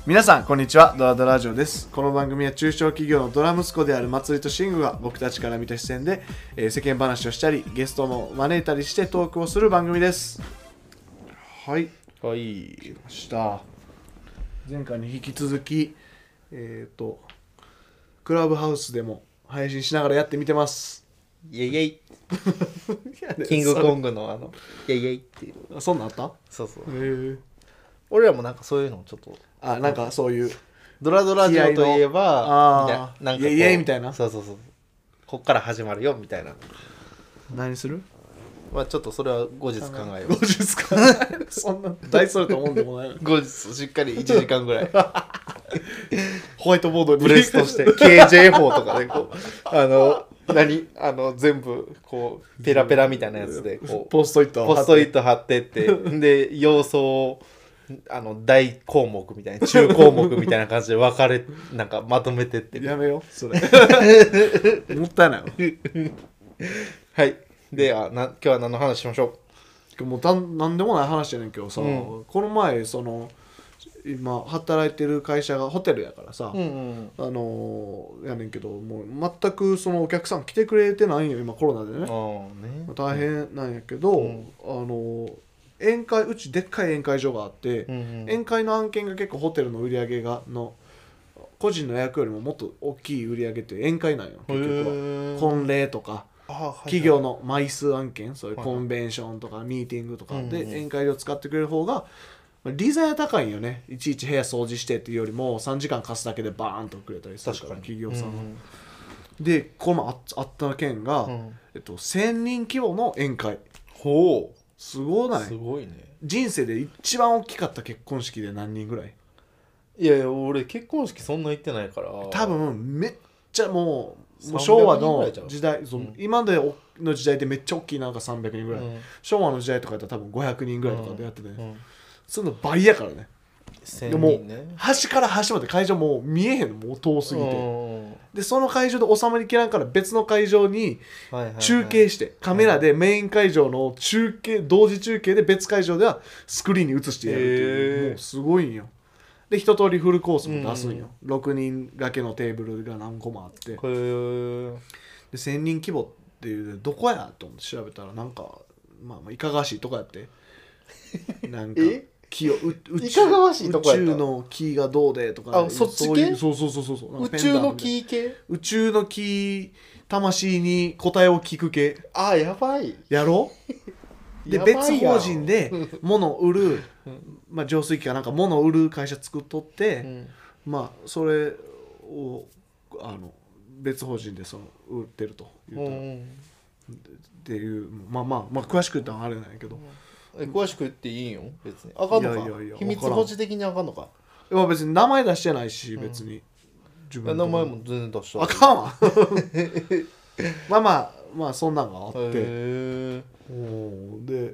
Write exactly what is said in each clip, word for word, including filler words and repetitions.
皆さんこんにちは。ドラドラジオです。この番組は中小企業のドラ息子であるまつりとシングが僕たちから見た視線で、えー、世間話をしたりゲストも招いたりしてトークをする番組です。はいはい来ました。前回に引き続きえっ、ー、とクラブハウスでも配信しながらやってみてます。 イェイイェイキングコングのあのイェイイェイっていう。 あ、そんなんあった？ そうそう。 へー。 俺らもなんかそういうのちょっとあ、なんかそういうドラドラジオといえばみたいな、なんかこうイエイイエイみたいな。 そうそうそう。こっから始まるよみたいな。 何する？ まあちょっとそれは後日考えよう。 後日考える。そんな大それと思うんでもない。 後日しっかりいちじかんぐらいホワイトボードにブレストして ケージェーフォー とかでこうあの何あの全部こうペラペラみたいなやつでこうポストイットポストイット貼ってってで要素をあの大項目みたいな中項目みたいな感じで分かれなんかまとめてってやめよそれもったいないわ。 はいであな今日は何の話しましょうもうたなんでもない話やねんけどさ、うん、この前その今働いてる会社がホテルやからさ、うんうん、あのー、やねんけどもう全くそのお客さん来てくれてないんよ今コロナで ね, ね大変なんやけど、うん、あのー宴会うちでっかい宴会場があって、うんうん、宴会の案件が結構ホテルの売り上げがの個人の予約よりももっと大きい売り上げって宴会なんよ結局は。婚礼とか企業の枚数案件そういうコンベンションとかミーティングとかで宴会を使ってくれる方が利ザヤ高いんよね。いちいち部屋掃除してっていうよりもさんじかん貸すだけでバーンとくれたりするから企業さんは、うん、でこの あ, あった件が、うんえっと、せんにん規模の宴会。 ほうすごない？ すごいね。 人生で一番大きかった結婚式で何人ぐらい？ いやいや俺結婚式そんな行ってないから多分めっちゃもう、もう昭和の時代、うん、今までの時代でめっちゃ大きいなんかさんびゃくにんぐらい、うん、昭和の時代とかやったら多分ごひゃくにんぐらいとかでやってて、ねうんうん、その倍やからね。 せんにんね、 でも端から端まで会場もう見えへんのもう遠すぎてでその会場で収まりきらんから別の会場に中継して、はいはいはい、カメラでメイン会場の中継同時中継で別会場ではスクリーンに映してやるっていう、もうすごいんよ。で一通りフルコースも出すんよ、うん、ろくにん掛けのテーブルが何個もあってでせんにん規模っていうどこやと思って調べたらなんかまあまあいかがわしいとこやってなんか木をう宇宙宇宙の木がどうでとか、 ね、あそっち系そうそうそうそうそう宇宙の木系宇宙の木魂に答えを聞く系。 あやばいやろで別法人で物を売るまあ浄水器かなんか物を売る会社作っとって、うん、まあそれをあの別法人でその売ってるという、うん、っていうまあまあまあ詳しく言ったらあれなんやけど、 うん、え詳しく言っていいんよ別にあかんのか。いやいやいや秘密保持的にあかんのか。 いや別に名前出してないし別に、うん、 自分の名前も全然出したあかんわまあまあまあそんなんがあってへおで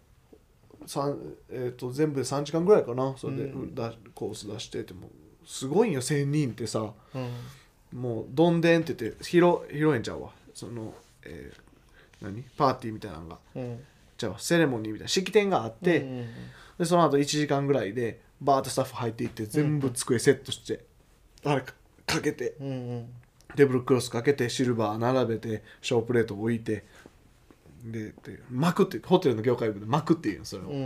えー、と全部でさんじかんぐらいかなそれで、うん、コース出しててもすごいよせんにんってさ、うん、もうどんでんって言って広いんちゃうわその、えー、何パーティーみたいなのが、うん、じゃあセレモニーみたいな式典があって、うんうんうん、でその後いちじかんぐらいでバーッとスタッフ入っていって全部机セットして、うん、あれかけて、うんうん、テーブルクロスかけてシルバー並べてショープレート置いてでで巻くってホテルの業界部で巻くっていうのそれを、うん、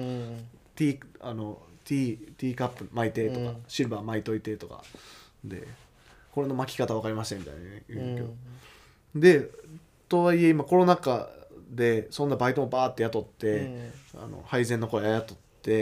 ティーあのティーティーカップ巻いてとか、うん、シルバー巻いといてとかでこれの巻き方分かりませんみたいな言うけど、うん、でとはいえ今コロナ禍でそんなバイトもバーって雇って、うん、あの配膳の子雇って、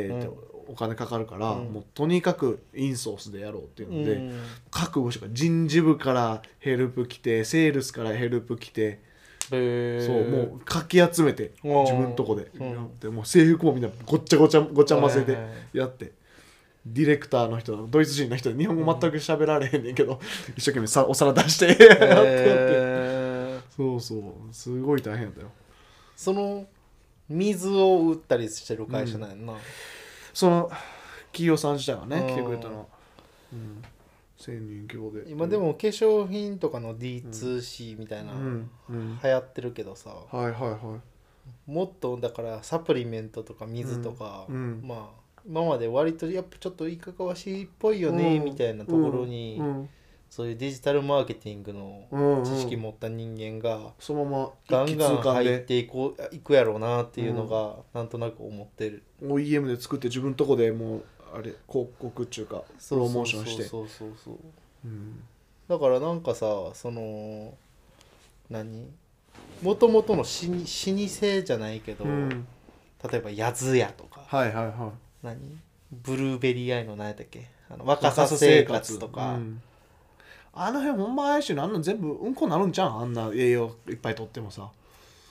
うん、お金かかるから、うん、もうとにかくインソースでやろうっていうので、うん、各部署から人事部からヘルプ来てセールスからヘルプ来てそうもうかき集めて自分のとこでやって、うん、もう制服もみんなごっちゃごちゃごちゃ混ぜてやって、ディレクターの人ドイツ人の人で日本語全く喋られへんねんけど、うん、一生懸命さお皿出してやってやってそうそうすごい大変だよ。 その水を売ったりしてる会社なんやな、うん、 その企業さん自体はね来てくれたのは、うんせんにん規模で今でも化粧品とかの ディーツーシー みたいな、うんうん、流行ってるけどさ、 はいはいはい、 もっとだからサプリメントとか水とか、 うん、 まあ今まで割とやっぱちょっといかがわしいっぽいよね、 うんみたいなところに、 うんうんそういうデジタルマーケティングの知識持った人間がそのままガンガン入っでていこういくやろうなっていうのがなんとなく思ってる、 オーイーエム で作って自分のとこでもうあれ広告っていうかプロモーションしてそうそうそうそう、 うん、 だからなんかさその何もともとの老舗じゃないけど、 うん、 例えばやずやとか、 はいはいはい何ブルーベリーアイの何やったっけあの若さ生活とか、うん、 あの辺ほんま怪しいのあんなん全部うんこなるんじゃんあんな栄養いっぱいとってもさうん、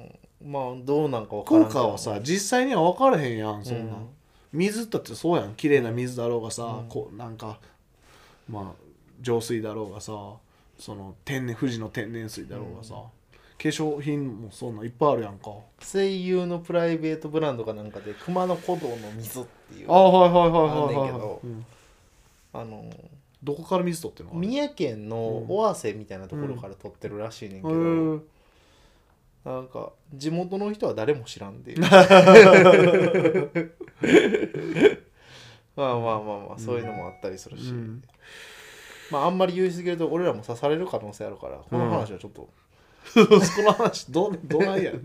まあどうなんか分からん効果はさ実際には分からへんやんそんな、うん、水だってそうやん綺麗な水だろうがさ、うん、こうなんかまあ浄水だろうがさその天然富士の天然水だろうがさ、うん、化粧品もそんないっぱいあるやんか声優のプライベートブランドかなんかで熊野古道の水っていうあはいはいはいはいはい、 あんねんけど、うん、あのどこから水取ってんの三重県の尾鷲みたいなところから取ってるらしいねんけど、うん、なんか地元の人は誰も知らんでまあまあまあまあそういうのもあったりするし、うん、まああんまり言い過ぎると俺らも刺される可能性あるからこの話はちょっと、 うん、その話どどないやん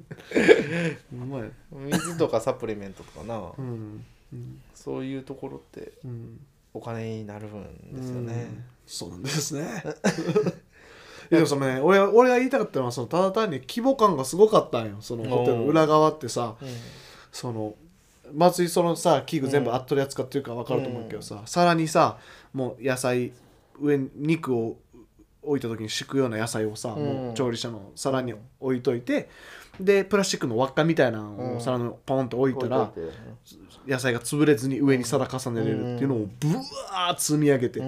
水とかサプリメントとかな、 うんうん、 そういうところってお金になるんですよね、うん、 そうなんですねでもそのね、俺, 俺が言いたかったのはそのただ単に規模感がすごかったんよそのホテルの裏側ってさ、うん、その松井そのさ器具全部あっとるやつかっていうか分かると思うけどさ、うん、さらにさもう野菜上に肉を置いた時に敷くような野菜をさ、うん、もう調理者の皿に置いといてでプラスチックの輪っかみたいなのを皿にポンと置いたら、うん、野菜が潰れずに上に皿重ねれるっていうのをブワーッ積み上げて、うん、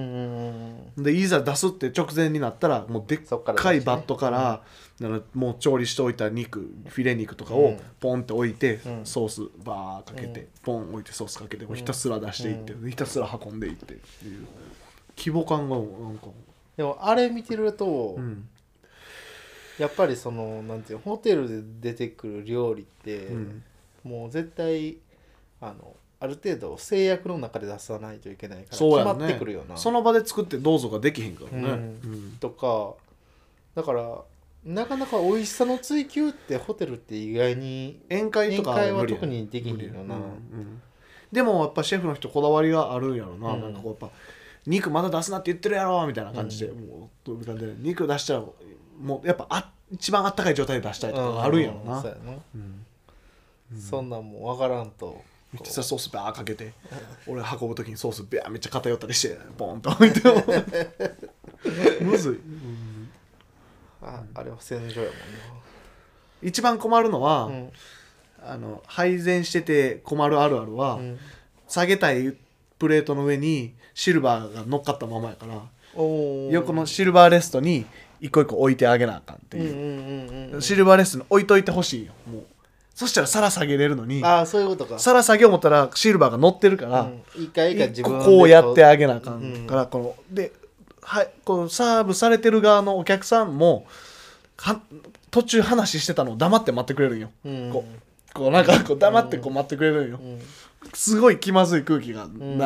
でいざ出すって直前になったらもうでっかいバットから、うん、もう調理しておいた肉フィレ肉とかをポンって置いて、うん、ソースバーかけて、うん、ポン置いてソースかけて、うん、ひたすら出していって、うん、ひたすら運んでいってっていう規模感がなんかでもあれ見てると、うん、やっぱりそのなんていうホテルで出てくる料理って、うん、もう絶対あのある程度制約の中で出さないといけないから決まってくるよなそ,、ね、その場で作ってどうぞができへんからね、うんうん、とかだからなかなか美味しさの追求ってホテルって意外に宴会とか宴会は特にできへんよな、うんうん、 でもやっぱシェフの人こだわりがあるんやろな、うん、なんかこうやっぱ肉まだ出すなって言ってるやろみたいな感じで、うん、もうどういう感じで肉出したらもうやっぱあ一番あったかい状態で出したいとかがあるんやろな、うん、そうやな、 うんうん、そんなんもう分からんとめっちゃソースバーかけて俺運ぶ時にソースバーめっちゃ偏ったりしてポンと置いてもむずい、うん、 あ, あれは戦場やもんな一番困るのは、うん、あの配膳してて困るあるあるは、うん、下げたいプレートの上にシルバーが乗っかったままやから横のシルバーレストに一個一個置いてあげなあかんっていう、うんうんうんうん、シルバーレストに置いといてほしいよもうそしたら皿下げれるのにあそういうことか皿下げを持ったらシルバーが乗ってるから、うん、 一回一回自分でこうやってあげなあかんから、うん、こので、はい、こうサーブされてる側のお客さんもは途中話してたのを黙って待ってくれるんよ、うん、こうこうなんかこう黙ってこう待ってくれるんよ、うん、すごい気まずい空気が流、うん、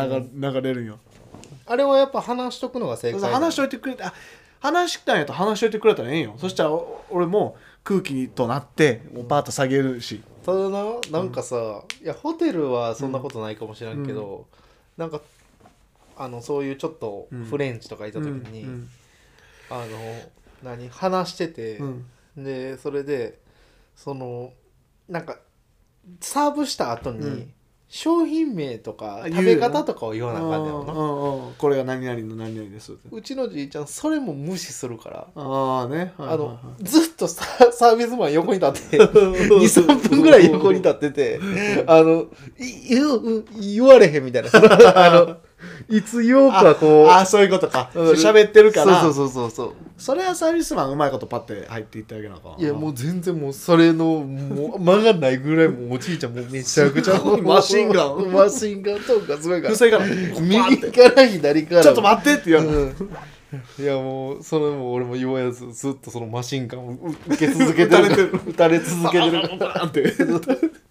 流れるんよあれはやっぱ話しとくのが正解話しといてくれてあ話したんやと話しといてくれたらええんよ、うん、そしたら俺も空気となってもうパーッと下げるし、 ただななんかさ、うん、いやホテルはそんなことないかもしれんけど、うん、なんかあのそういうちょっとフレンチとかいた時に、うんうん、あの何話してて、うん、でそれでそのなんかサーブした後に、うん商品名とか食べ方とかを言わなあかんねやろな、 うんうん、これが何々の何々ですってうちのじいちゃんそれも無視するからああね、はいはいはい、 あのずっとサービスマン横に立ってにさんぷんぐらい横に立っててあの言, 言われへんみたいなあのいつ言おうかこうああそういうことか喋、うん、ってるからそうそうそうそうそれはサービスマンうまいことパッて入っていってあげなあかんいやもう全然もうそれのもう間がないぐらいもうおじいちゃんもうめちゃくちゃマシンガンマシンガントークがすごいから不正から右から左からちょっと待ってって言われる、 うんいやもうそれも俺も言わずずっとそのマシンガンを受け続けてる撃たれ続けてるからって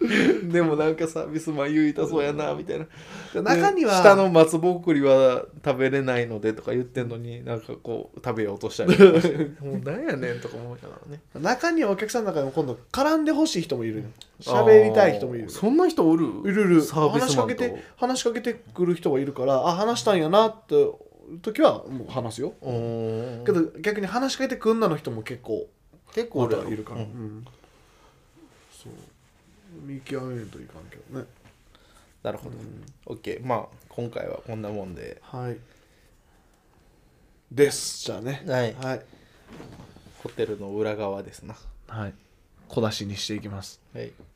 でもなんかサービスマン言いたそうやなみたいな。 中には下の松ぼっくりは食べれないのでとか言ってんのになんかこう食べようとしたりとかしてもうなんやねんとか思いながらね。 中にはお客さんの中でも今度絡んでほしい人もいるよ。喋りたい人もいる。 そんな人おる？ いるいる。 サービスマンと話しかけて話しかけてくる人がいるから、あ、話したんやなって時はもう話すよ。けど逆に話しかけてくんなの人も結構結構まだいるから、 うんうん、そう見極めないといかんけどね。 なるほど、うん、OK。 まあ今回はこんなもんで、 はいですじゃあね、 はい、 はい、 ホテルの裏側ですな。 はい、小出しにしていきます。 はい。